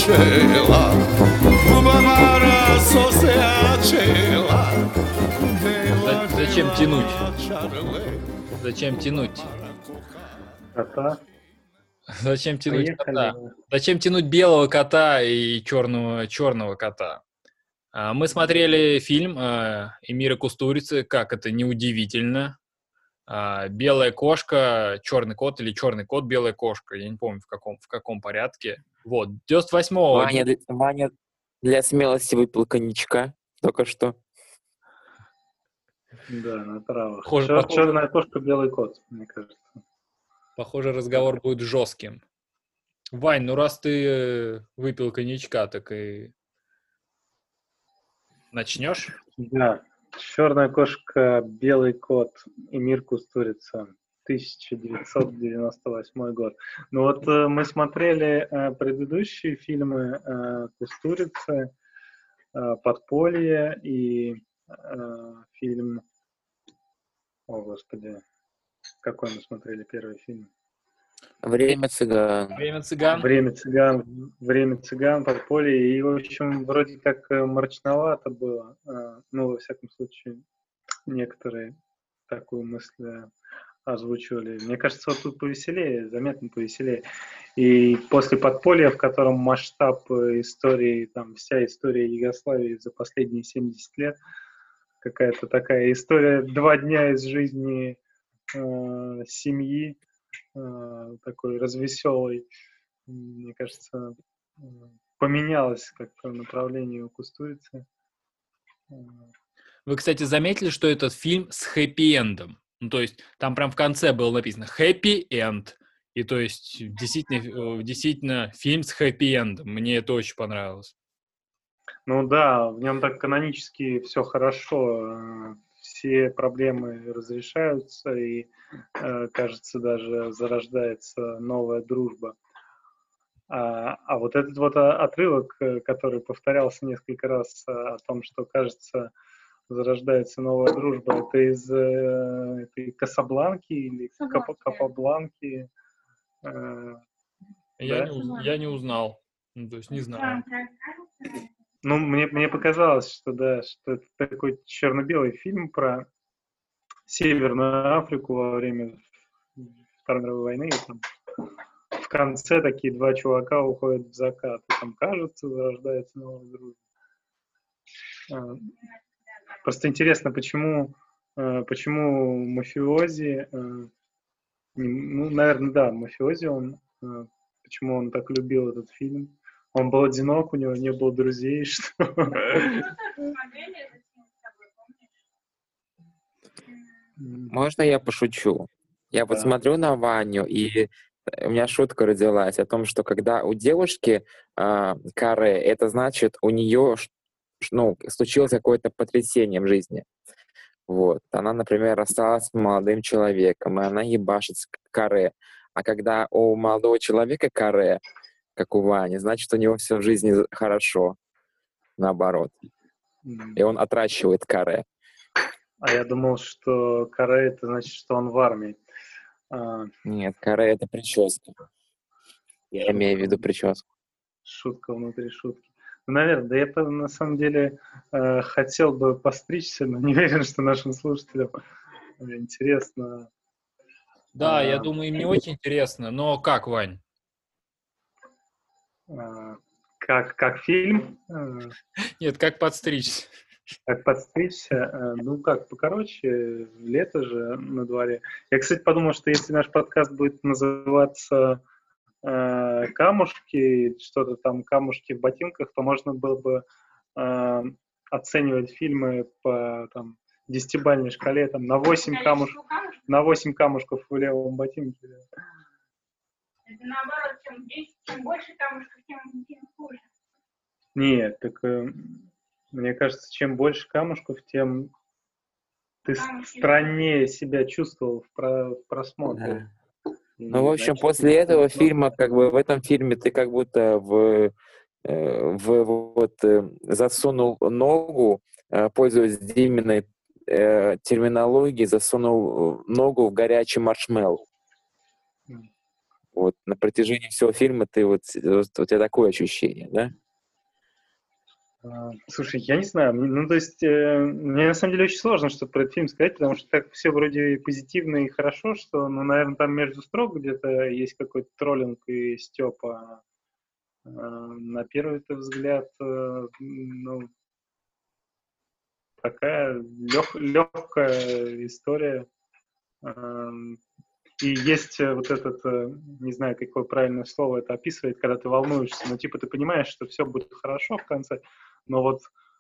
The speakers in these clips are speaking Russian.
acela, Bubamara sosea acela. Зачем тянуть? Зачем тянуть? Кота. Зачем тянуть Поехали. кота? Зачем тянуть белого кота и черного кота? Мы смотрели фильм Эмира Кустурицы, как это неудивительно. Белая кошка, черный кот или черный кот, белая кошка. Я не помню, в каком порядке. Вот, 98-го. Ваня для смелости выпил коньячка только что. Да, на травах. Похоже. Черная кошка, белый кот, мне кажется. Похоже, разговор будет жестким. Вань, ну раз ты выпил коньячка, так и начнешь? Да. Черная кошка, белый кот, Эмир Кустурица, 1998 год. Ну вот мы смотрели предыдущие фильмы Кустурицы, «Подполье» и фильм... О, Господи, какой мы смотрели первый фильм? Время цыган. Время цыган. Время цыган, «Подполье». И, в общем, вроде как мрачновато было. Ну, во всяком случае, некоторые такую мысль озвучивали. Мне кажется, вот тут повеселее, заметно повеселее. И после «Подполья», в котором масштаб истории, там вся история Югославии за последние 70 лет, какая-то такая история, 2 дня из жизни семьи, такой развеселый, мне кажется, поменялось как-то направление у Кустурицы. Вы, кстати, заметили, что этот фильм с хэппи-эндом? Ну, то есть там прям в конце было написано «хэппи-энд». И то есть действительно фильм с хэппи-эндом. Мне это очень понравилось. Ну да, в нем так канонически все хорошо. Все проблемы разрешаются, и, кажется, даже зарождается новая дружба. А вот этот вот отрывок, который повторялся несколько раз о том, что, кажется, зарождается новая дружба, это из этой Касабланки или Капабланки? Я Да? не узнал. Ну, то есть не знаю. Ну, мне показалось, что да, что это такой черно-белый фильм про Северную Африку во время Второй мировой войны. И там в конце такие 2 чувака уходят в закат. И там, кажется, зарождается новая дружба. Просто интересно, почему мафиози, ну, наверное, да, мафиози, почему он так любил этот фильм. Он был одинок, у него не было друзей, что... Можно я пошучу? Я вот Да. смотрю на Ваню, и у меня шутка родилась о том, что когда у девушки каре, это значит, у нее случилось какое-то потрясение в жизни. Вот. Она, например, рассталась с молодым человеком, и она ебашит с каре. А когда у молодого человека каре, как у Вани, значит, у него все в жизни хорошо. Наоборот. И он отращивает каре. А я думал, что каре — это значит, что он в армии. Нет, каре — это прическа. Я имею в виду прическу. Шутка внутри шутки. Ну, наверное, да я на самом деле хотел бы постричься, но не уверен, что нашим слушателям интересно. Да, я думаю, им не очень интересно. Но как, Вань? Как фильм? Нет, как подстричься? Как подстричься? Ну как, покороче, лето же на дворе. Я, кстати, подумал, что если наш подкаст будет называться «Камушки», что-то там «Камушки в ботинках», то можно было бы оценивать фильмы по там 10-бальной шкале там, на 8 камушков в левом ботинке. Это наоборот, чем больше камушков, тем хуже. Нет, так мне кажется, чем больше камушков, тем ты страннее себя чувствовал в просмотре. Да. Ну, в общем, после этого фильма, как бы в этом фильме ты как будто засунул ногу, пользуясь Диминой терминологией, засунул ногу в горячий маршмеллоу. Вот на протяжении всего фильма ты вот у тебя такое ощущение, да? Слушай, я не знаю, ну, то есть, мне на самом деле очень сложно что-то про этот фильм сказать, потому что так все вроде позитивно и хорошо, что, ну, наверное, там между строк где-то есть какой-то троллинг и стёпа. На первый взгляд, ну, такая легкая история. И есть вот этот, не знаю, какое правильное слово это описывает, когда ты волнуешься, но типа ты понимаешь, что все будет хорошо в конце, но вот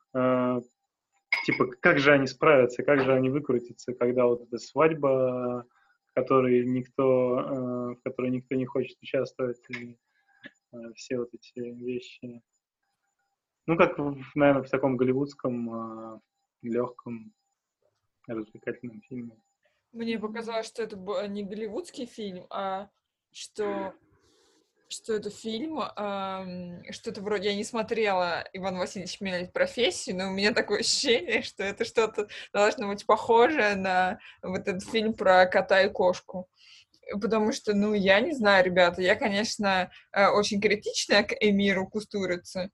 типа как же они справятся, как же они выкрутятся, когда вот эта свадьба, в которой никто не хочет участвовать, и все вот эти вещи. Ну, как, наверное, в таком голливудском легком развлекательном фильме. Мне показалось, что это был не голливудский фильм, а что это фильм, что это вроде... Я не смотрела «Иван Васильевич меняет профессию», но у меня такое ощущение, что это что-то должно быть похожее на вот этот фильм про кота и кошку. Потому что, ну, я не знаю, ребята, я, конечно, очень критична к Эмиру Кустурице,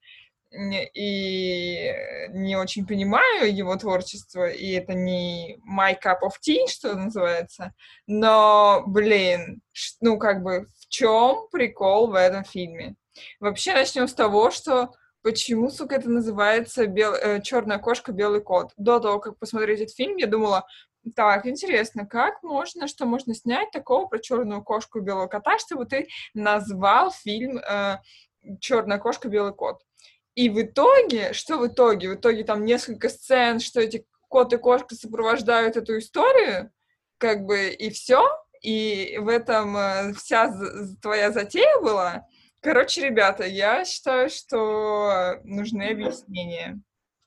и не очень понимаю его творчество, и это не my cup of tea, что называется, но, блин, ну, как бы, в чем прикол в этом фильме? Вообще, начнем с того, что почему, сука, это называется «Черная кошка, белый кот». До того, как посмотреть этот фильм, я думала, так, интересно, что можно снять такого про черную кошку и белого кота, чтобы ты назвал фильм «Черная кошка, белый кот». И в итоге, что в итоге? В итоге там несколько сцен, что эти кот и кошка сопровождают эту историю, как бы, и все. И в этом вся твоя затея была. Короче, ребята, я считаю, что нужны объяснения.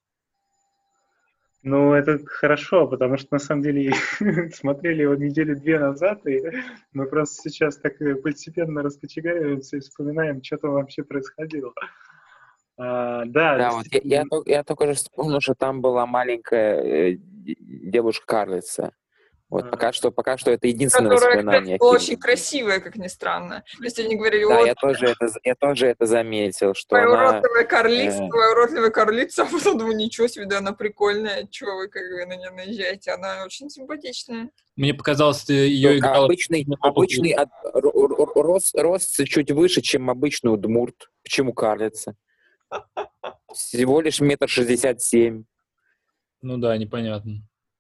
Ну, это хорошо, потому что, на самом деле, смотрели его недели-две назад, и мы просто сейчас так постепенно раскочегариваемся и вспоминаем, что там вообще происходило. Да, Да, вот я только же вспомнил, что там была маленькая девушка-карлица. Вот пока что это единственное Которая, воспоминание. кстати, была очень красивая, как ни странно. То есть они говорили, Да, вот, я тоже это заметил, что твоя она... уродливая карлица, а потом думаю, ничего себе, да, она прикольная, чего вы, как вы на нее наезжаете, она очень симпатичная. Мне показалось, ты ее играла... Обычный рост чуть выше, чем обычный удмурт. Почему карлица? Всего лишь 1,67 м. Ну да, непонятно.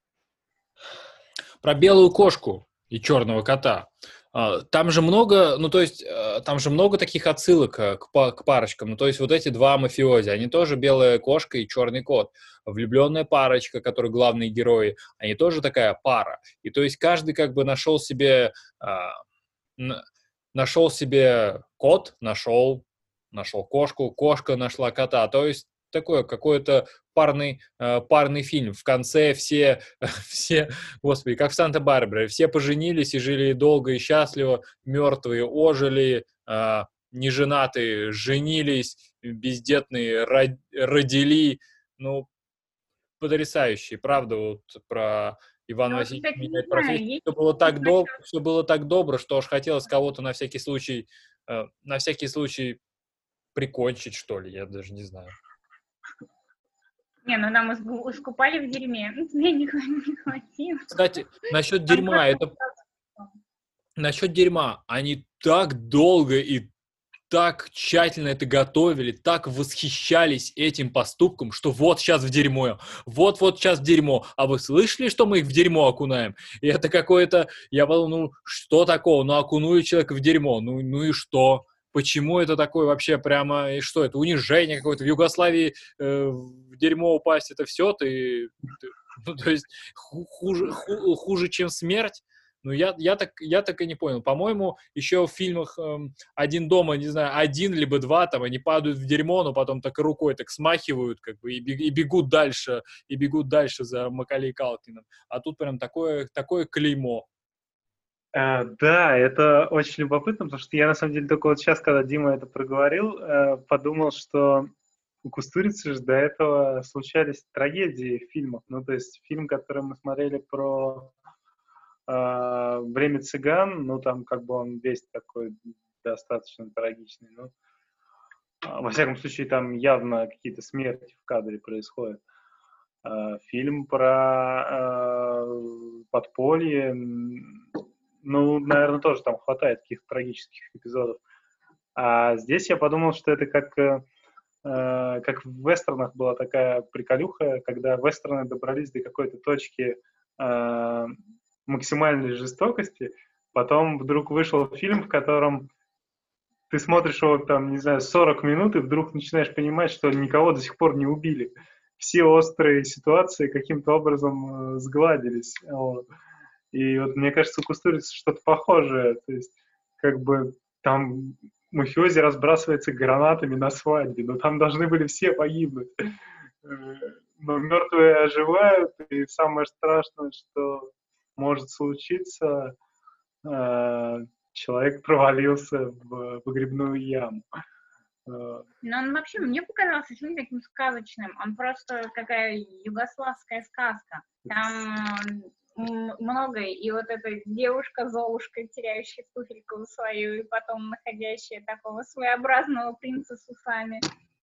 Про белую кошку и черного кота. Там же много, ну то есть, там же много таких отсылок к парочкам. Ну то есть вот эти два мафиози, они тоже белая кошка и черный кот. Влюбленная парочка, которые главные герои, они тоже такая пара. И то есть каждый как бы нашел себе кот, нашел кошку, кошка нашла кота. То есть такой какой-то парный фильм. В конце все, господи, как в Санта-Барбаре, все поженились и жили долго и счастливо, мертвые ожили, неженатые женились, бездетные родили. Ну, потрясающий, правда, вот про Ивана Васильевича меняет профессию. Все было так добро, что аж хотелось кого-то на всякий случай прикончить, что ли, я даже не знаю. Не, ну нам искупали в дерьме. Мне не хватило. Кстати, насчет дерьма, они так долго и так тщательно это готовили, так восхищались этим поступком, что вот сейчас в дерьмо, вот сейчас в дерьмо. А вы слышали, что мы их в дерьмо окунаем? И это какое-то... Я подумал, ну, что такого? Ну, окунули человека в дерьмо. Ну и что? Почему это такое вообще прямо... И что это? Унижение какое-то? В Югославии в дерьмо упасть, это все? Ну, то есть хуже, чем смерть? Ну, я так и не понял. По-моему, еще в фильмах «Один дома», не знаю, один либо два, там они падают в дерьмо, но потом так рукой так смахивают, как бы, и бегут дальше за Маколей Калкиным. А тут прям такое клеймо. Да, это очень любопытно, потому что я, на самом деле, только вот сейчас, когда Дима это проговорил, подумал, что у Кустурицы же до этого случались трагедии в фильмах. Ну, то есть фильм, который мы смотрели про «Время цыган», ну, там как бы он весь такой достаточно трагичный. Ну, во всяком случае, там явно какие-то смерти в кадре происходят. Фильм про подполье, ну, наверное, тоже там хватает каких-то трагических эпизодов. А здесь я подумал, что это как в вестернах была такая приколюха, когда вестерны добрались до какой-то точки максимальной жестокости, потом вдруг вышел фильм, в котором ты смотришь его там, не знаю, 40 минут, и вдруг начинаешь понимать, что никого до сих пор не убили. Все острые ситуации каким-то образом сгладились. Вот. И вот мне кажется, у Кустурицы что-то похожее. То есть, как бы там мафиози разбрасывается гранатами на свадьбе, но там должны были все погибнуть. Но мертвые оживают, и самое страшное, что может случиться, человек провалился в выгребную яму. Но он вообще, мне показался фильм таким сказочным. Он просто такая югославская сказка. Там многое. И вот эта девушка-золушка, теряющая туфельку свою, и потом находящая такого своеобразного принца с усами.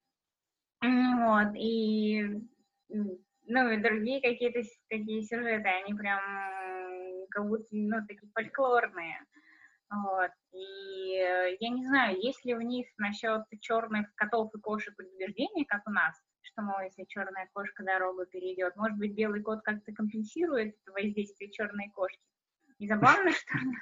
Вот. И, ну, и другие какие-то такие сюжеты, они прям как будто, ну, такие фольклорные. Вот. И я не знаю, есть ли в них насчет черных котов и кошек предубеждения, как у нас, что, мол, если черная кошка дорогу перейдет, может быть, белый кот как-то компенсирует воздействие черной кошки. И забавно,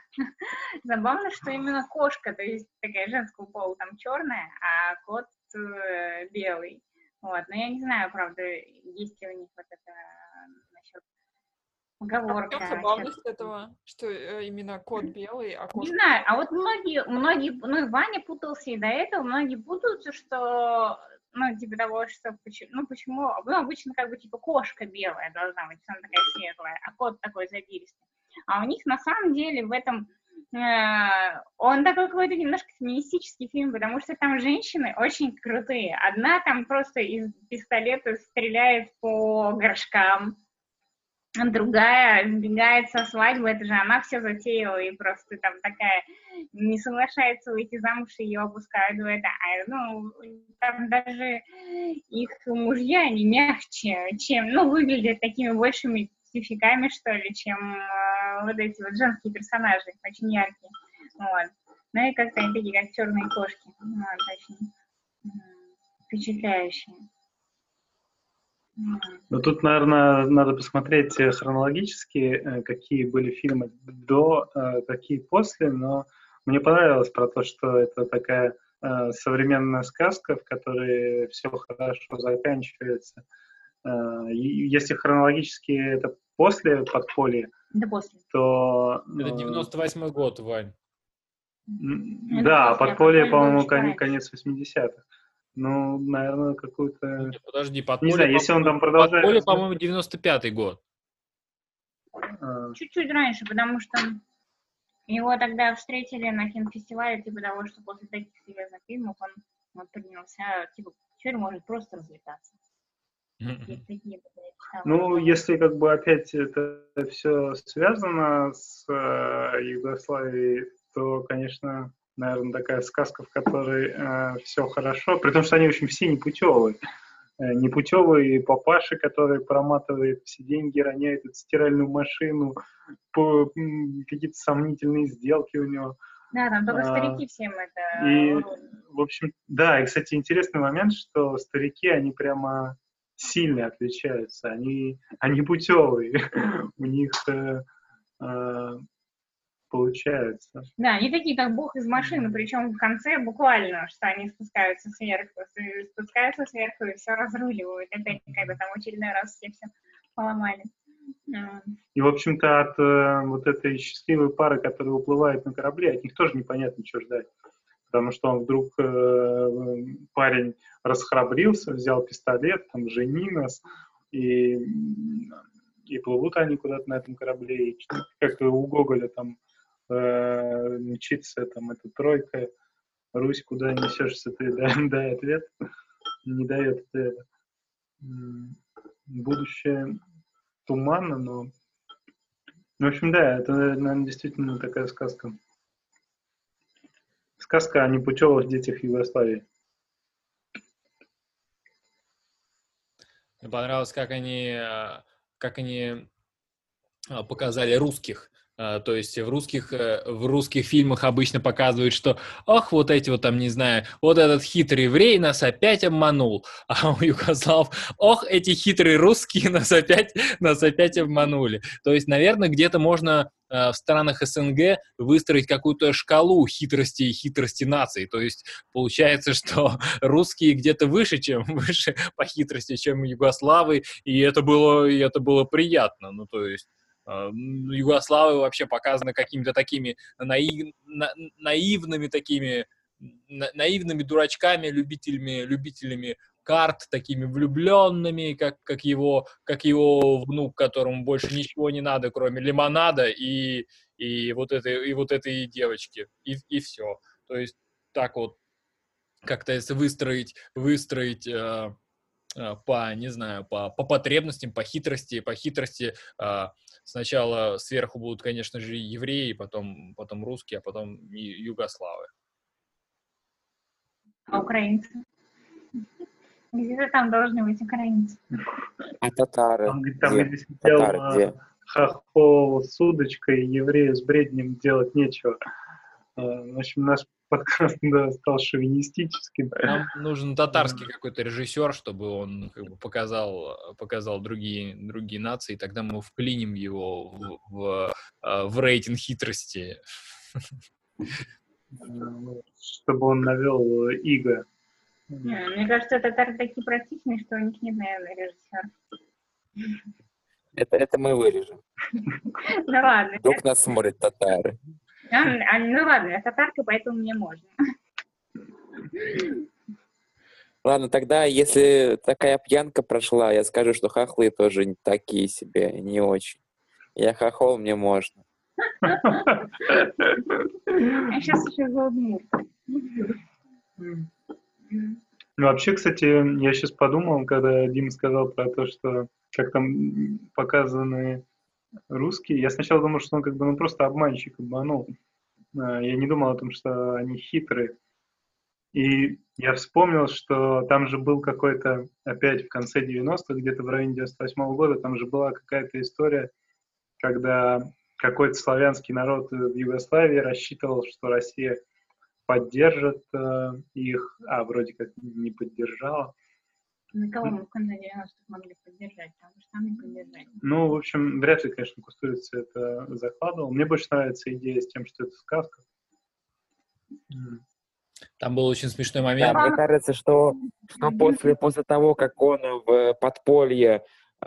что именно кошка, то есть такая женского пола там черная, а кот белый. Вот. Но я не знаю, правда, есть ли у них вот это насчет поговорка. А в чем забавность этого, что именно кот белый, а кошка... Не знаю, а вот многие, ну и Ваня путался и до этого, многие путаются, что, ну, типа того, что, почему, ну, обычно как бы, типа, кошка белая должна быть, она такая светлая, а кот такой задиристый. А у них, на самом деле, в этом, он такой какой-то немножко феминистический фильм, потому что там женщины очень крутые. Одна там просто из пистолета стреляет по горшкам, другая сбегает со свадьбы, это же она все затеяла, и просто там такая не соглашается выйти замуж, и ее опускают в это. Ну, там даже их мужья, они мягче, чем, ну, выглядят такими большими тюфяками, что ли, чем вот эти вот женские персонажи, очень яркие. Вот. Ну и как-то они такие, как черные кошки. Вот, очень впечатляющие. Ну, тут, наверное, надо посмотреть хронологически, какие были фильмы до, какие после, но мне понравилось про то, что это такая современная сказка, в которой все хорошо заканчивается. Если хронологически это после «Подполья», да, после. то... Это 98-й год, Вань. Да, «Подполье», по-моему, конец 80-х. Ну, наверное, какую-то... Подожди, не знаю, если он там продолжает... «Подполье», по-моему, 95-й год. Чуть-чуть раньше, потому что его тогда встретили на кинофестивале, типа того, что после таких серьезных фильмов он поднялся, типа, теперь может просто развлекаться. Ну, если как бы опять это все связано с Югославией, то, конечно, наверное, такая сказка, в которой все хорошо, при том, что они очень все непутевые. Непутевые папаши, которые проматывают все деньги, роняют эту стиральную машину, какие-то сомнительные сделки у него. Да, там только старики всем это... И, в общем, да, и, кстати, интересный момент, что старики, они прямо сильно отличаются, они путевые, у них получается. Да, они такие, как бог из машины, причем в конце буквально, что они спускаются сверху, и все разруливают. Опять, когда там в очередной раз все поломали. И, в общем-то, от вот этой счастливой пары, которая уплывает на корабле, от них тоже непонятно, что ждать. Потому что он вдруг, парень расхрабрился, взял пистолет, там, жени нас, и плывут они куда-то на этом корабле, и как у Гоголя там мчится там эта тройка, Русь, куда несешься ты, дай ответ, не дает ответа. Будущее туманно, но В общем, да, это, наверное, действительно такая сказка. Сказка о непутевых детях Югославии. Мне понравилось, как они показали русских. То есть в русских фильмах обычно показывают, что ох, вот эти вот там, не знаю, вот этот хитрый еврей нас опять обманул, а у югославов, ох, эти хитрые русские нас опять обманули. То есть, наверное, где-то можно в странах СНГ выстроить какую-то шкалу хитрости наций. То есть получается, что русские где-то выше по хитрости, чем югославы, и это было приятно. Ну, то есть югославы вообще показаны какими-то такими наивными такими, наивными дурачками, любителями карт, такими влюбленными, как его внук, которому больше ничего не надо, кроме лимонада и вот этой девочки, и все. То есть так вот как-то если выстроить не знаю, по потребностям, по хитрости. Сначала сверху будут, конечно же, евреи, потом русские, а потом югославы. А украинцы? Где-то там должны быть украинцы. А татары? Там Где? где сидел Татары где? хохол с удочкой, еврею с бреднем делать нечего. В общем, наш подкаст стал шовинистическим. Нам нужен татарский какой-то режиссер, чтобы он как бы показал другие нации, тогда мы вклиним его в рейтинг хитрости. Чтобы он навел иго. Мне кажется, татары такие практичные, что у них нет, наверное, режиссера. Это мы вырежем. Ну ладно. Вдруг нас смотрят татары. Ну ладно, я татарка, поэтому мне можно. Ладно, тогда, если такая пьянка прошла, я скажу, что хохлы тоже такие себе, не очень. Я хохол, мне можно. Я сейчас еще заудмурт. Ну, вообще, кстати, я сейчас подумал, когда Дима сказал про то, что как там показаны русские, я сначала думал, что он как бы просто обманщик обманул. Я не думал о том, что они хитрые. И я вспомнил, что там же был какой-то, опять в конце 90-х, где-то в районе 98-го года, там же была какая-то история, когда какой-то славянский народ в Югославии рассчитывал, что Россия поддержит их, а вроде как не поддержала. На кого мы в конце 90-х могли поддержать? Там же сами поддержать. Ну, в общем, вряд ли, конечно, Кустурица это закладывал. Мне больше нравится идея с тем, что это сказка. Там был очень смешной момент. Да, мне кажется, что после того, как он в подполье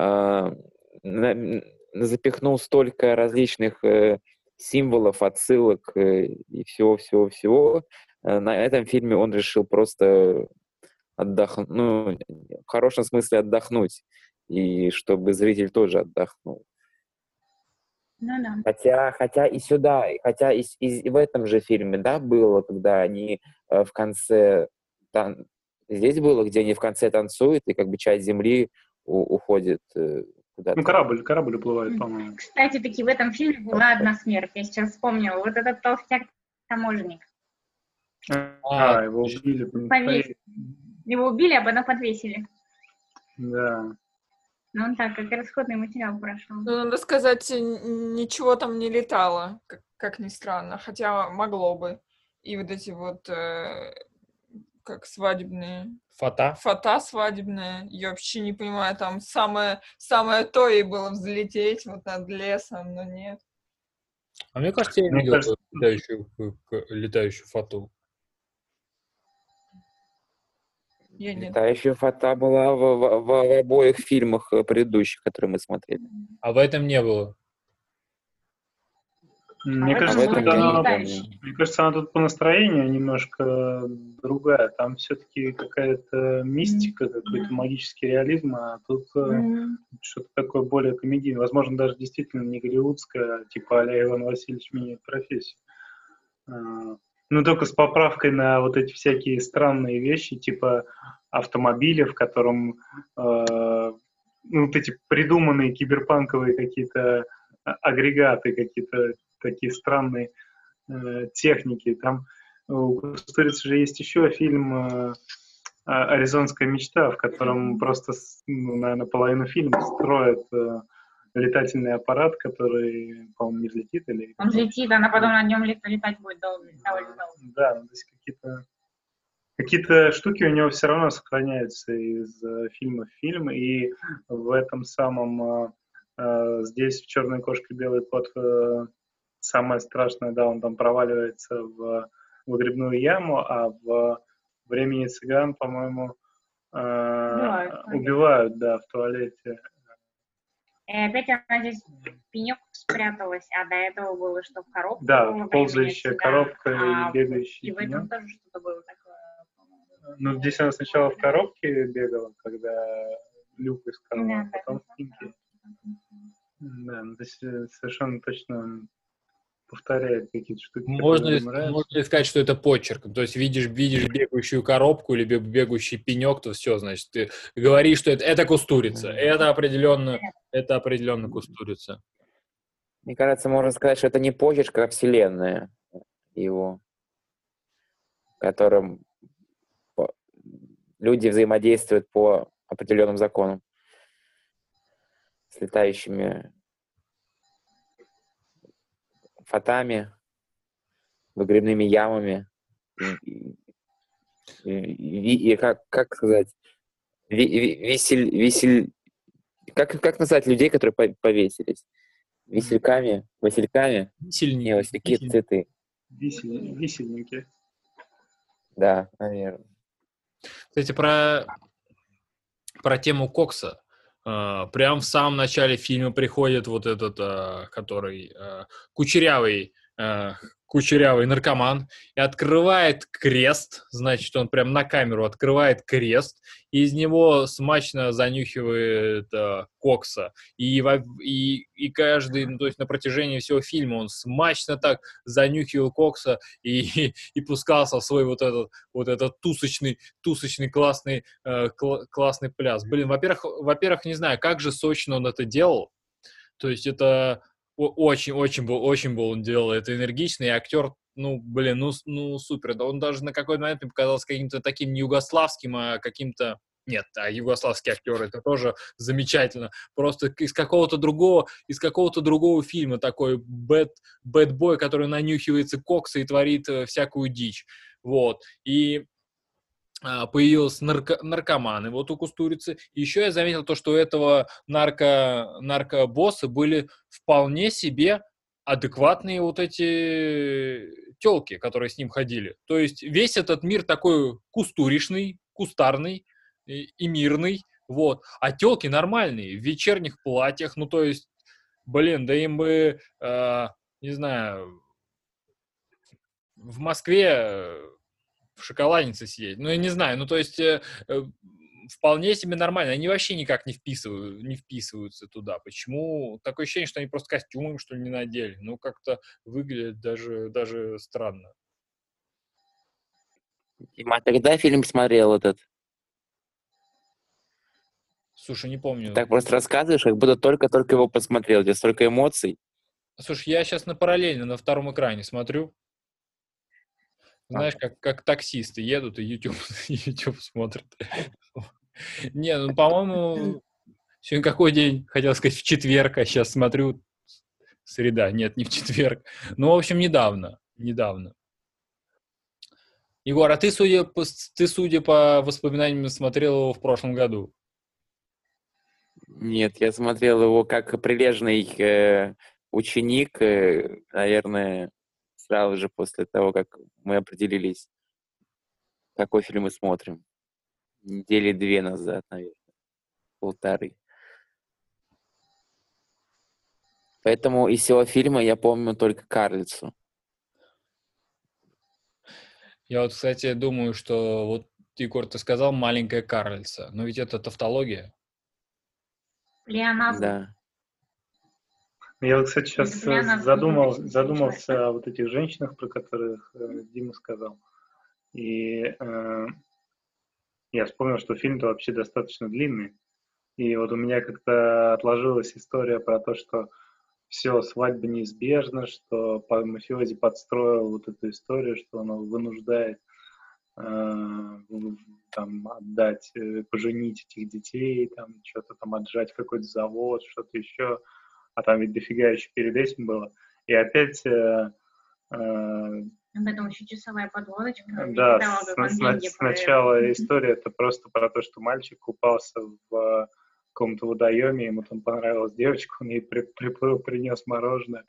запихнул столько различных символов, отсылок и всего-всего-всего, на этом фильме он решил просто отдохнуть, ну, в хорошем смысле отдохнуть, и чтобы зритель тоже отдохнул. Ну да. Хотя и сюда, хотя и в этом же фильме, да, было, когда они в конце, здесь было, где они в конце танцуют, и как бы часть земли уходит куда-то. Ну, корабль уплывает, по-моему. Кстати, таки в этом фильме была одна смерть, я сейчас вспомнила. Вот этот толстяк-таможенник. Его убили. Повесили. Его убили, а потом подвесили. Да. Ну, он так, как расходный материал прошел. Ну, надо сказать, ничего там не летало, как ни странно, хотя могло бы. И вот эти вот, как свадебные... Фата свадебная. Я вообще не понимаю, там самое то и было взлететь вот над лесом, но нет. А мне кажется, я видел летающую фату. Летающая фата была в обоих фильмах предыдущих, которые мы смотрели. А в этом не было. Мне кажется, она тут по настроению немножко другая. Там все-таки какая-то мистика, какой-то магический реализм, а тут что-то такое более комедийное. Возможно, даже действительно не голливудское, типа а-ля Иван Васильевич меняет профессию. Ну, только с поправкой на вот эти всякие странные вещи, типа автомобиля, в котором вот эти придуманные киберпанковые какие-то агрегаты, какие-то такие странные техники. Там у Кустурицы же есть еще фильм «Аризонская мечта», в котором просто, наверное, половину фильма строят летательный аппарат, который, по-моему, не взлетит или... Он взлетит, она потом на нем летать будет довольно долго. Да, то есть какие-то штуки у него все равно сохраняются из фильма в фильм, и в этом самом здесь в «Черной кошке белый кот» самое страшное, да, он там проваливается в выгребную яму, а в «Времени цыган», по-моему, убивают, да, в туалете. И опять она здесь в пенек спряталась, а до этого было, что в коробке Да, было ползающая коробка и бегающий и в пенек. этом тоже что-то было такое. Ну, здесь она сначала в коробке бегала, когда люк искала, Да, а потом в пеньке. Да, ну, то есть совершенно точно повторяет какие-то штуки. Можно ли сказать, что это почерк? То есть видишь бегающую коробку или бегающий пенек, то все, значит, ты говоришь, что это Кустурица. Это определенно Кустурица. Мне кажется, можно сказать, что это не почерк, а вселенная его, в котором люди взаимодействуют по определенным законам с летающими фатами, выгребными ямами и как сказать, как назвать людей, которые повесились? Васильками? Не, васильки — это цветы. Висельники. Да, наверное. Кстати, про тему кокса. Прям в самом начале фильма приходит вот этот, который кучерявый наркоман, и открывает крест, значит, он прям на камеру открывает крест, и из него смачно занюхивает кокса. И каждый, ну, то есть на протяжении всего фильма он смачно так занюхивал кокса и пускался в свой вот этот тусочный классный пляс. Блин, во-первых, не знаю, как же сочно он это делал. То есть это очень был он делал это энергично, и актер, супер. Да он даже на какой-то момент мне показался каким-то таким не югославским, а каким-то... Нет, югославский актер, это тоже замечательно. Просто из какого-то другого фильма такой бэд-бой, который нанюхивается кокса и творит всякую дичь. Вот. И появился наркоманы вот у Кустурицы. Еще я заметил то, что у этого наркобосса были вполне себе адекватные вот эти тёлки, которые с ним ходили. То есть весь этот мир такой кустуришный, кустарный и мирный, вот. А тёлки нормальные, в вечерних платьях, ну то есть, блин, да им бы, не знаю, в Москве в шоколаднице сидеть. Ну, я не знаю, ну, то есть вполне себе нормально. Они вообще никак не вписываются туда. Почему? Такое ощущение, что они просто костюмы, что ли, не надели. Ну, как-то выглядит даже странно. Дима, когда фильм смотрел этот? Слушай, не помню. Ты так просто рассказываешь, как будто только его посмотрел. У тебя столько эмоций. Слушай, я сейчас параллельно на втором экране смотрю. Знаешь, как таксисты едут и YouTube смотрят. Не, ну, по-моему, сегодня какой день? Хотел сказать, в четверг, а сейчас смотрю, среда. Нет, не в четверг. Ну, в общем, недавно. Егор, а ты, судя по воспоминаниям, смотрел его в прошлом году? Нет, я смотрел его как прилежный ученик, наверное, сразу же после того, как мы определились, какой фильм мы смотрим. Недели 2 назад, наверное. 1.5. Поэтому из всего фильма я помню только «Карлицу». Я вот, кстати, думаю, что вот, Егор, ты сказал «маленькая карлица», но ведь это тавтология. Плеоназм. Да. Я вот, кстати, сейчас задумался о вот этих женщинах, про которых Дима сказал. И я вспомнил, что фильм-то вообще достаточно длинный. И вот у меня как-то отложилась история про то, что все, свадьба неизбежна, что мафиози подстроил вот эту историю, что он его вынуждает там отдать, поженить этих детей, там что-то там отжать какой-то завод, что-то еще, а там ведь дофига еще перед этим было. И опять Об этом еще часовая подводочка. да, сначала история это просто про то, что мальчик купался в каком-то водоеме, ему там понравилась девочка, он ей приплыл, принес мороженое.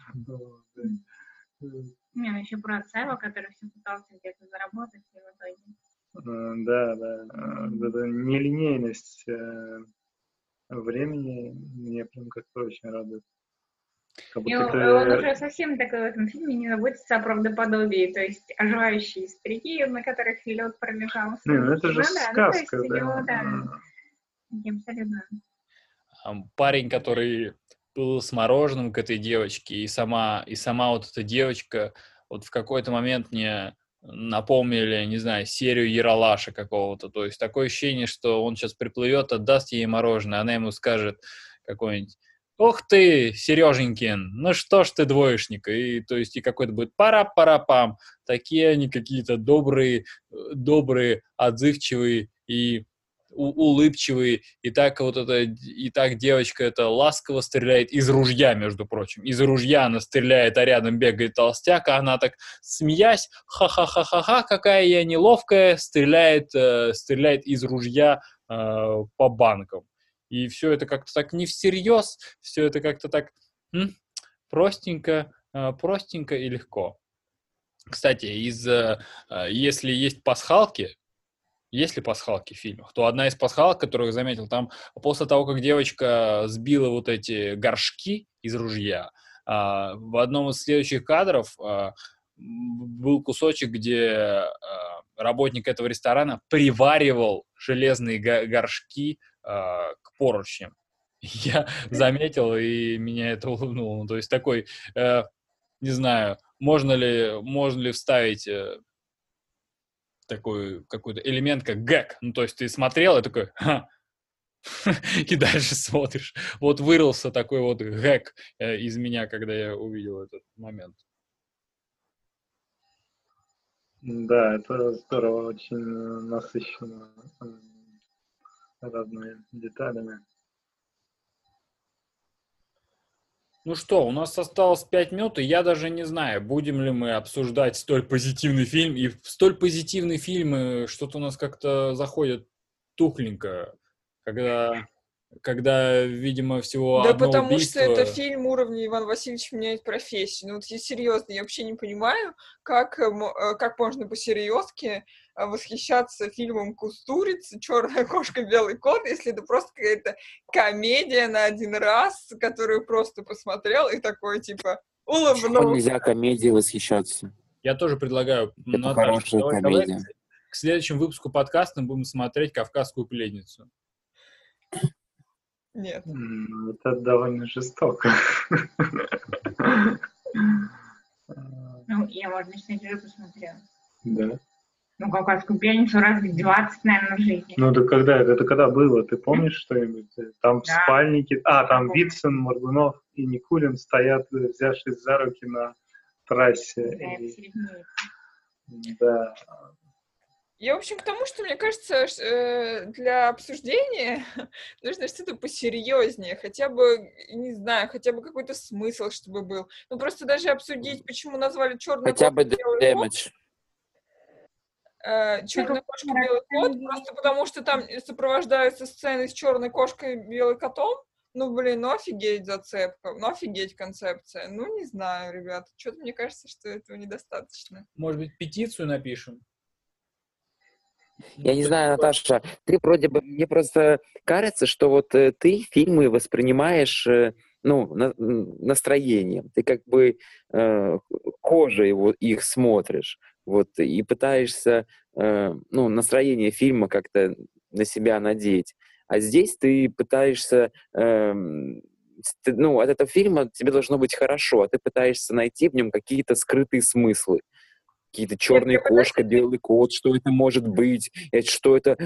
Не, ну еще про отца его, который все пытался где-то заработать, и в итоге. Да. Это нелинейность времени мне прям как-то очень радует. И он уже совсем такой в этом фильме не заботится о правдоподобии, то есть оживающие старики, на которых лед пролежал. Ну это же сказка, Абсолютно. Парень, который был с мороженым к этой девочке, и сама вот эта девочка вот в какой-то момент мне напомнили, не знаю, серию Ералаша какого-то. То есть такое ощущение, что он сейчас приплывет, отдаст ей мороженое, она ему скажет какой-нибудь: «Ох ты, Сереженькин, ну что ж ты двоечник?» И, то есть, и какой-то будет пара-пара-пам. Такие они какие-то добрые, отзывчивые и улыбчивые. И так вот это, и так девочка это ласково стреляет из ружья, между прочим. Из ружья она стреляет, а рядом бегает толстяк, а она так, смеясь, ха-ха-ха-ха-ха, какая я неловкая, стреляет из ружья по банкам. И все это как-то так не всерьез, все это как-то так простенько и легко. Кстати, если есть пасхалки в фильмах, то одна из пасхалок, которую я заметил, там после того, как девочка сбила вот эти горшки из ружья, в одном из следующих кадров был кусочек, где работник этого ресторана приваривал железные горшки к поручням. Я заметил, и меня это улыбнуло. То есть такой, не знаю, можно ли вставить такой какой-то элемент, как гэг. Ну, то есть ты смотрел и такой, и дальше смотришь. Вот вырвался такой вот гэг из меня, когда я увидел этот момент. Да, это здорово, очень насыщенно разными деталями. Ну что, у нас осталось 5 минут, и я даже не знаю, будем ли мы обсуждать столь позитивный фильм. И в столь позитивные фильмы что-то у нас как-то заходит тухленько, когда видимо, всего да одно потому убийство. что это фильм уровня «Иван Васильевич меняет профессию». Ну вот я серьезно, я вообще не понимаю, как можно по-серьезки восхищаться фильмом «Кустурица», «Черная кошка, белый кот», если это просто какая-то комедия на один раз, которую просто посмотрел и такой, типа, улыбнулся. Почему нельзя комедией восхищаться? Я тоже предлагаю, Это Наташа, хорошая комедия. к следующему выпуску подкаста мы будем смотреть «Кавказскую пленницу». Нет. Это довольно жестоко. Ну, я, может быть, уже посмотрела. Да. Ну, «Кавказскую пленницу» раз в 20, наверное, в жизни. Ну, это когда было? Ты помнишь что-нибудь? Там в Да. спальнике... там Вицин, Моргунов и Никулин стоят, взявшись за руки на трассе. Да, это середнее. Да. Я, в общем, к тому, что, мне кажется, для обсуждения нужно что-то посерьезнее, хотя бы, не знаю, хотя бы какой-то смысл, чтобы был. Ну, просто даже обсудить, почему назвали «Черную Хотя кошку» бы белый дэмэдж. кот. «Черная кошка» белый кот, просто потому что там сопровождаются сцены с черной кошкой и белым котом. Ну, блин, ну офигеть зацепка, ну офигеть концепция. Ну, не знаю, ребята, что-то мне кажется, что этого недостаточно. Может быть, петицию напишем? Я не знаю, Наташа, ты вроде бы, мне просто кажется, что вот ты фильмы воспринимаешь, настроением. Ты как бы кожей их смотришь, вот, и пытаешься, настроение фильма как-то на себя надеть. А здесь ты пытаешься, от этого фильма тебе должно быть хорошо, а ты пытаешься найти в нем какие-то скрытые смыслы. Какие-то черная кошка, белый кот, что это может быть, что это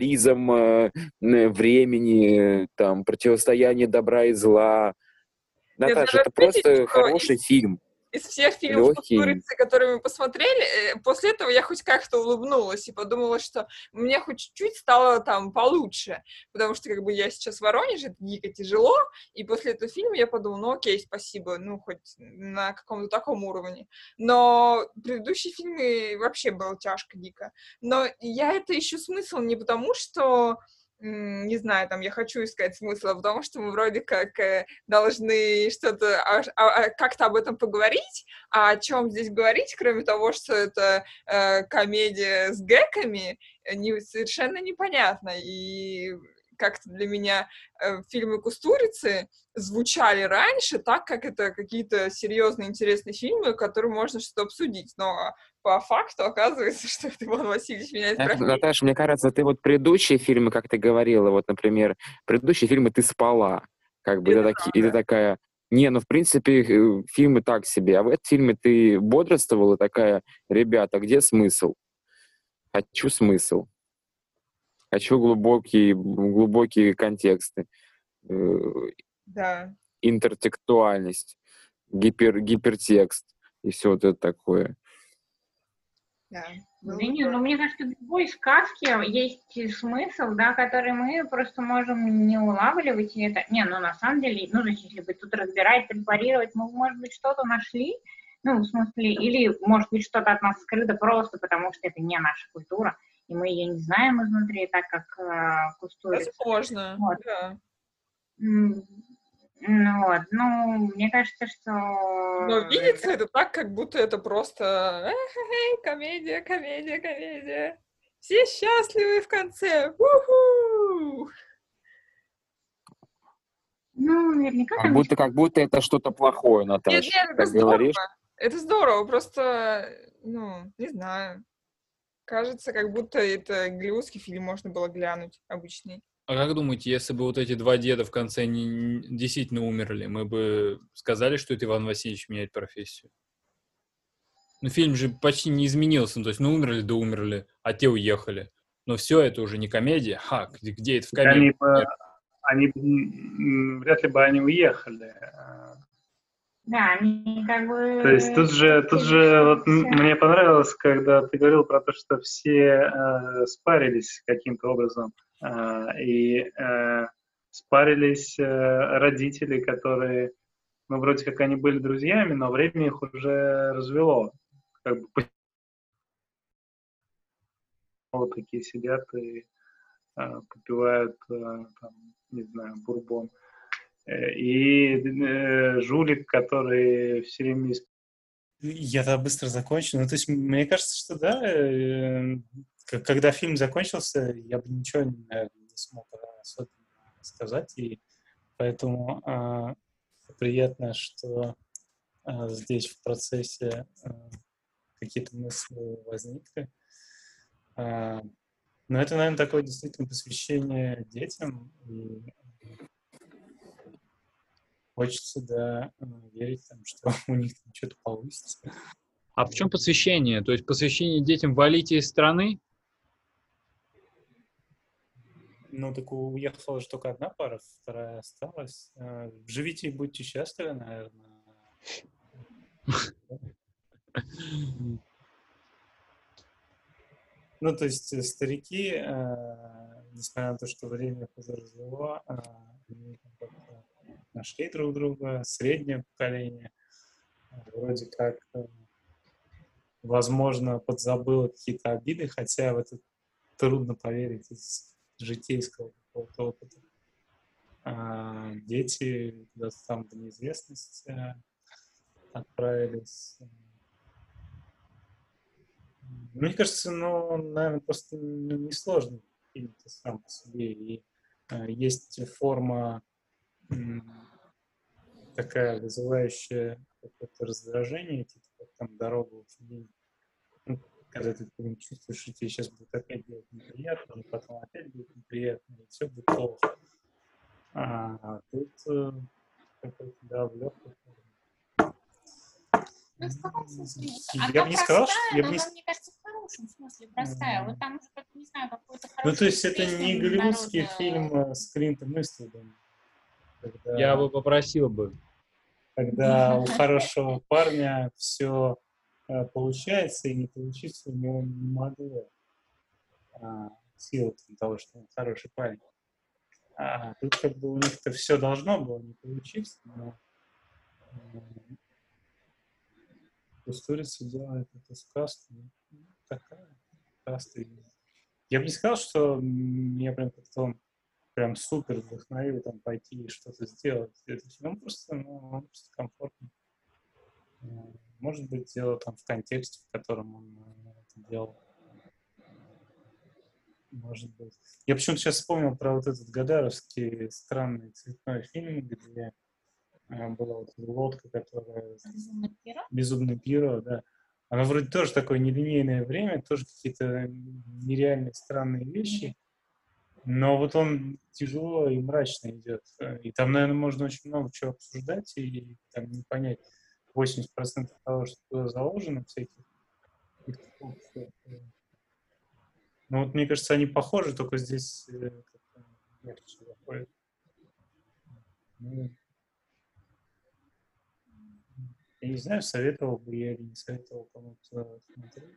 дуализм времени, там, противостояние добра и зла. Наташа, надо это просто отметить, что хороший фильм. из всех фильмов Легкий. «Кустурицы», которые мы посмотрели, после этого я хоть как-то улыбнулась и подумала, что мне хоть чуть-чуть стало там получше, потому что как бы я сейчас в Воронеже, это дико тяжело, и после этого фильма я подумала, ну окей, спасибо, ну хоть на каком-то таком уровне. Но предыдущие фильмы вообще было тяжко, дико. Но я это ищу смысл не потому, что не знаю, там, я хочу искать смысл, а потому что мы вроде как должны что-то, как-то об этом поговорить, а о чем здесь говорить, кроме того, что это комедия с гэками, совершенно непонятно, и как-то для меня фильмы «Кустурицы» звучали раньше так, как это какие-то серьезные, интересные фильмы, которые можно что-то обсудить, но по факту оказывается, что это Иван Васильевич меняет профессию. Наташа, мне кажется, ты вот предыдущие фильмы, как ты говорила, вот, например, предыдущие фильмы ты спала, как бы, и ты такая, не, ну, в принципе, фильмы так себе, а в этом фильме ты бодрствовала такая, ребята, где смысл? Хочу смысл. Хочу глубокие контексты. Да. Интертекстуальность, гипертекст и все вот это такое. Да. Да не, ну мне кажется, в любой сказке есть смысл, да, который мы просто можем не улавливать, и это... Не, ну на самом деле, ну, значит, если бы тут разбирать, препарировать, мы, может быть, что-то нашли, ну, в смысле, или, может быть, что-то от нас скрыто просто потому, что это не наша культура, и мы ее не знаем изнутри, так как Кустурица. Возможно, вот. Да. Ну вот, ну, мне кажется, что... Но видится это так, как будто это просто комедия. Все счастливы в конце. У-ху! Ну, наверняка как будто это что-то плохое, Наташа. Нет, это здорово. Говоришь? Это здорово, просто, ну, не знаю. Кажется, как будто это голливудский фильм можно было глянуть, обычный. А как думаете, если бы вот эти два деда в конце действительно умерли, мы бы сказали, что это Иван Васильевич меняет профессию? Ну, фильм же почти не изменился. Ну, то есть, ну, умерли, да умерли, а те уехали. Но все это уже не комедия. Ха, где это в комедии? Вряд ли бы они уехали. Да, они как бы... То есть тут же вот мне понравилось, когда ты говорил про то, что все спарились каким-то образом. И спарились родители, которые, ну, вроде как они были друзьями, но время их уже развело. Как бы вот такие сидят и попивают, там, не знаю, бурбон. И жулик, который все время... Я тогда быстро закончу. Ну, то есть, мне кажется, что да, когда фильм закончился, я бы ничего, наверное, не смог особенно сказать, и поэтому приятно, что здесь в процессе какие-то мысли возникли. Но это, наверное, такое действительно посвящение детям, и хочется, да, верить, там, что у них там что-то получится. А в чем посвящение? То есть посвящение детям «валите из страны»? Ну, так уехала же только одна пара, вторая осталась. Живите и будьте счастливы, наверное. Ну, то есть старики, несмотря на то, что время их уже развело, они нашли друг друга, среднее поколение, вроде как, возможно, подзабыло какие-то обиды, хотя в это трудно поверить из житейского какого-то опыта. Дети куда-то там в неизвестность отправились. Мне кажется, ну, наверное, просто несложно фильм сам по себе. И есть форма такая вызывающая какое-то раздражение, типа как там «Дорога в день». Ну, когда ты чувствуешь, что тебе сейчас будет опять делать неприятно, но потом опять будет неприятно, и все будет плохо. Тут какой-то, да, в легкой форме. Ну, в каком смысле? Я бы не сказал, что... Мне кажется, в хорошем смысле простая. Вот там уже, как, не знаю, какой-то хороший... Ну, то есть это не голливудский фильм с Клинтом Иствудом. Я бы попросил бы. когда у хорошего парня все получается, и не получится у него не могло. В силу того, что он хороший парень. Тут как бы у них-то все должно было не получиться, но Кустурица делает эту сказку такая сказка. Я бы не сказал, что меня прям как-то он прям супер вдохновил там пойти и что-то сделать. Он просто комфортный. Может быть, дело там в контексте, в котором он это делал. Может быть. Я почему-то сейчас вспомнил про вот этот гадаровский странный цветной фильм, где была вот эта лодка, которая... Безумный Пиро, да. Оно вроде тоже такое нелинейное время, тоже какие-то нереальные странные вещи, но вот он тяжело и мрачно идет. И там, наверное, можно очень много чего обсуждать и там не понять 80% того, что туда заложено, всяких. Ну вот, мне кажется, они похожи, только здесь как-то легче заходит. Я не знаю, советовал бы я или не советовал кому-то смотреть.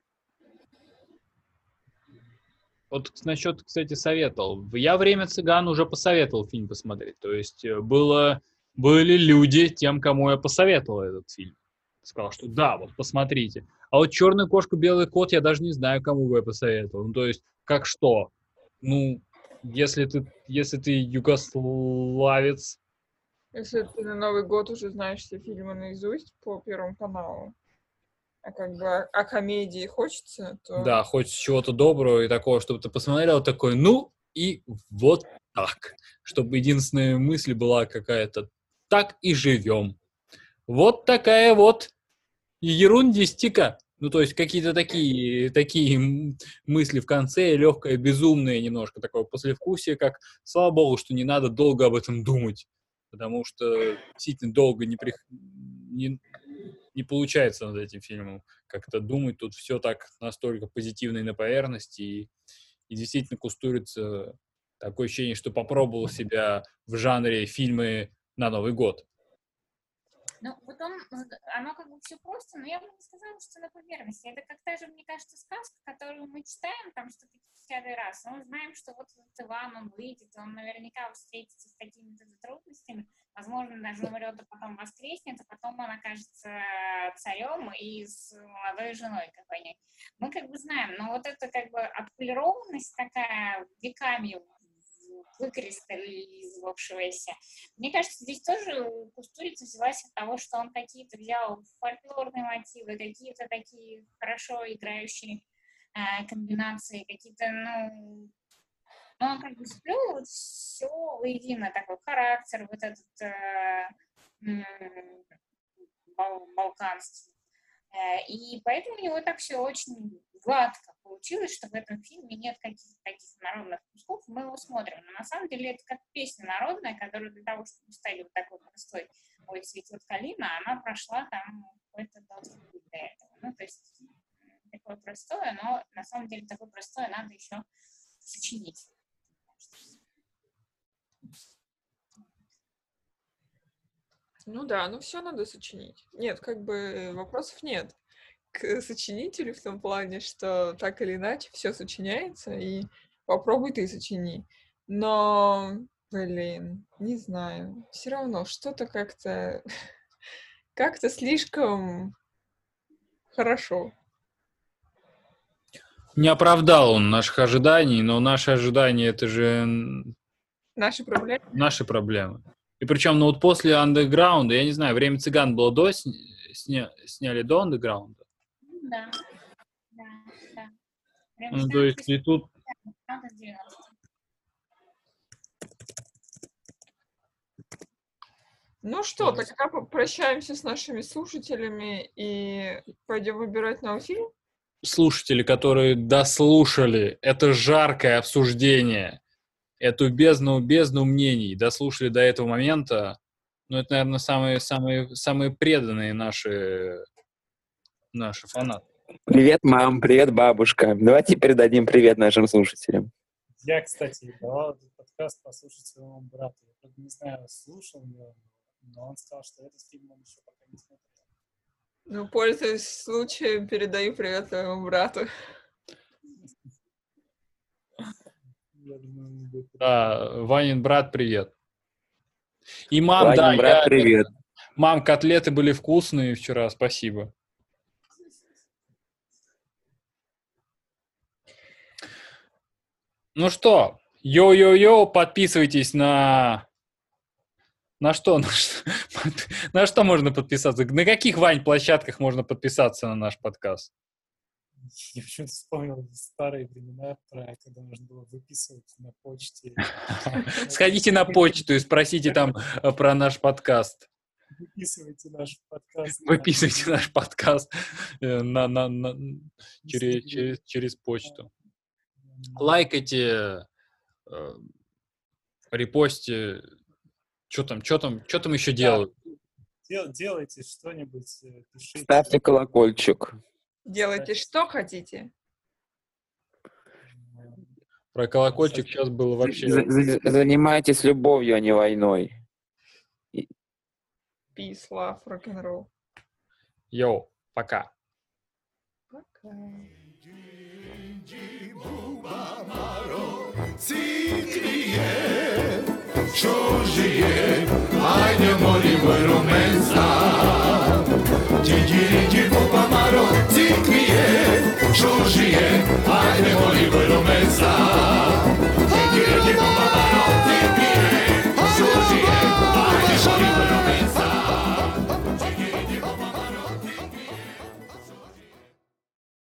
Вот насчет, кстати, советовал. Я «Время цыган» уже посоветовал фильм посмотреть. То есть были люди, тем, кому я посоветовал этот фильм. Сказал, что да, вот посмотрите. А вот «Черную кошку, белый кот» я даже не знаю, кому бы я посоветовал. Ну, то есть, как что? Ну, если ты югославец... Если ты на Новый год уже знаешь все фильмы наизусть по Первому каналу, а как бы о комедии хочется, то... Да, хочется чего-то доброго и такого, чтобы ты посмотрел такой, ну, и вот так. Чтобы единственная мысль была какая-то «так и живем». Вот такая вот ерундистика. Ну, то есть какие-то такие мысли в конце, легкое, безумное немножко такое послевкусие, как, слава богу, что не надо долго об этом думать, потому что действительно долго не получается над этим фильмом как-то думать. Тут все так настолько позитивно и на поверхности, и действительно Кустурица такое ощущение, что попробовал себя в жанре фильмы на Новый год. Ну, вот оно как бы все просто, но я бы не сказала, что на поверхности. Это как та же, мне кажется, сказка, которую мы читаем там что-то 50-й раз. Мы знаем, что вот этот Иван, он выйдет, он наверняка встретится с какими-то трудностями, возможно, даже умрет, а потом воскреснет, а потом он окажется царем и с молодой женой какой-нибудь. Мы как бы знаем, но вот это как бы отполированность такая веками выкристаллизовавшегося. Мне кажется, здесь тоже у Кустурицы взялась от того, что он какие-то взял фольклорные мотивы, какие-то такие хорошо играющие комбинации, какие-то, он как бы сплел вот все воедино, такой характер, вот этот балканский. И поэтому у него так все очень гладко получилось, что в этом фильме нет каких-то таких народных кусков, мы его смотрим. Но на самом деле это как песня народная, которая для того, чтобы стать вот такой простой «Ой, цветет калина», она прошла там какой-то должен быть до этого. Ну, то есть такое простое, но на самом деле такое простое надо еще сочинить. Ну да, все надо сочинить. Нет, как бы вопросов нет к сочинителю в том плане, что так или иначе все сочиняется, и попробуй ты сочини. Но, не знаю, все равно что-то как-то слишком хорошо. Не оправдал он наших ожиданий, но наши ожидания — это же Наши проблемы. Наши проблемы. И причем, вот после андеграунда, я не знаю, «Время цыган» было до, сняли до андеграунда? Да. Ну, то есть и тут... Ну что, тогда прощаемся с нашими слушателями и пойдем выбирать новый фильм? Слушатели, которые дослушали это жаркое обсуждение, эту бездну мнений, дослушали до этого момента, это, наверное, самые преданные наши фанаты. Привет, мам, привет, бабушка. Давайте передадим привет нашим слушателям. Я, кстати, давал этот подкаст послушать своему брату. Я не знаю, слушал ли он, но он сказал, что этот фильм он еще пока не смотрел. Ну, пользуясь случаем, передаю привет твоему брату. Я думаю, он будет... Да, Ванин брат, привет. И мам, Ванин да, брат, привет. Мам, котлеты были вкусные вчера, спасибо. Ну что, йо-йо-йо, подписывайтесь на... На что? На что можно подписаться? На каких, Вань, площадках можно подписаться на наш подкаст? Я почему-то вспомнил старые времена, когда можно было выписывать на почте. Сходите на почту и спросите там про наш подкаст. Выписывайте наш подкаст. Выписывайте наш подкаст через почту. Лайкайте, репостите. Что там еще делают? Делайте что-нибудь, пишите. Ставьте колокольчик. Делайте что хотите. Про колокольчик сейчас было вообще... Занимайтесь любовью, а не войной. Peace, love, rock'n'roll. Йоу, пока. Пока. Цикли